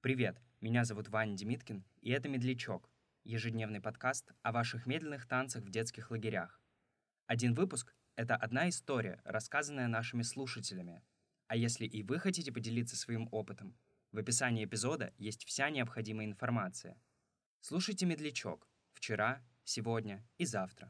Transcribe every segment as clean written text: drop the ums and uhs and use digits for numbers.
Привет, меня зовут Ваня Демиткин, и это «Медлячок» — ежедневный подкаст о ваших медленных танцах в детских лагерях. Один выпуск — это одна история, рассказанная нашими слушателями. А если и вы хотите поделиться своим опытом, в описании эпизода есть вся необходимая информация. Слушайте «Медлячок» вчера, сегодня и завтра.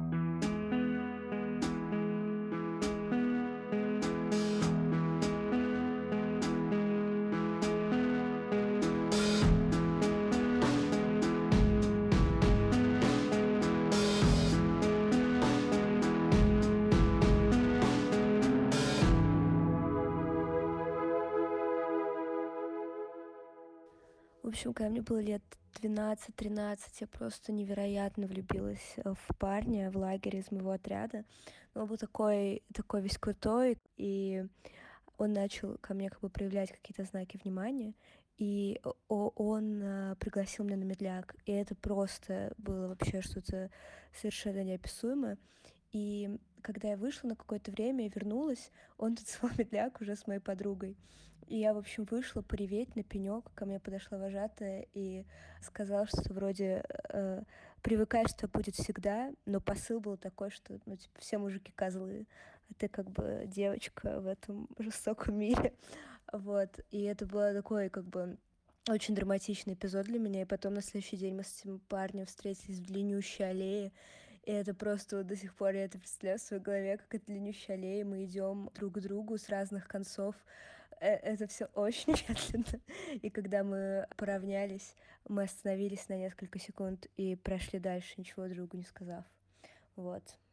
В общем, когда мне было лет 12-13, я просто невероятно влюбилась в парня в лагере из моего отряда. Он был такой весь крутой, и он начал ко мне проявлять какие-то знаки внимания, и он пригласил меня на медляк, и это просто было вообще что-то совершенно неописуемое. И когда я вышла на какое-то время и вернулась, он танцевал медляк уже с моей подругой. И я, в общем, вышла пореветь на пенёк, ко мне подошла вожатая и сказала что-то вроде «привыкай, что будет всегда», но посыл был такой, что все мужики козлы, а ты девочка в этом жестоком мире. Вот. И это было такой очень драматичный эпизод для меня. И потом на следующий день мы с этим парнем встретились в длиннющей аллее. И это просто до сих пор я это представляю в своей голове, как это длиннющая аллея. Мы идем друг к другу с разных концов. Это все очень медленно. И когда мы поравнялись, мы остановились на несколько секунд и прошли дальше, ничего другу не сказав. Вот.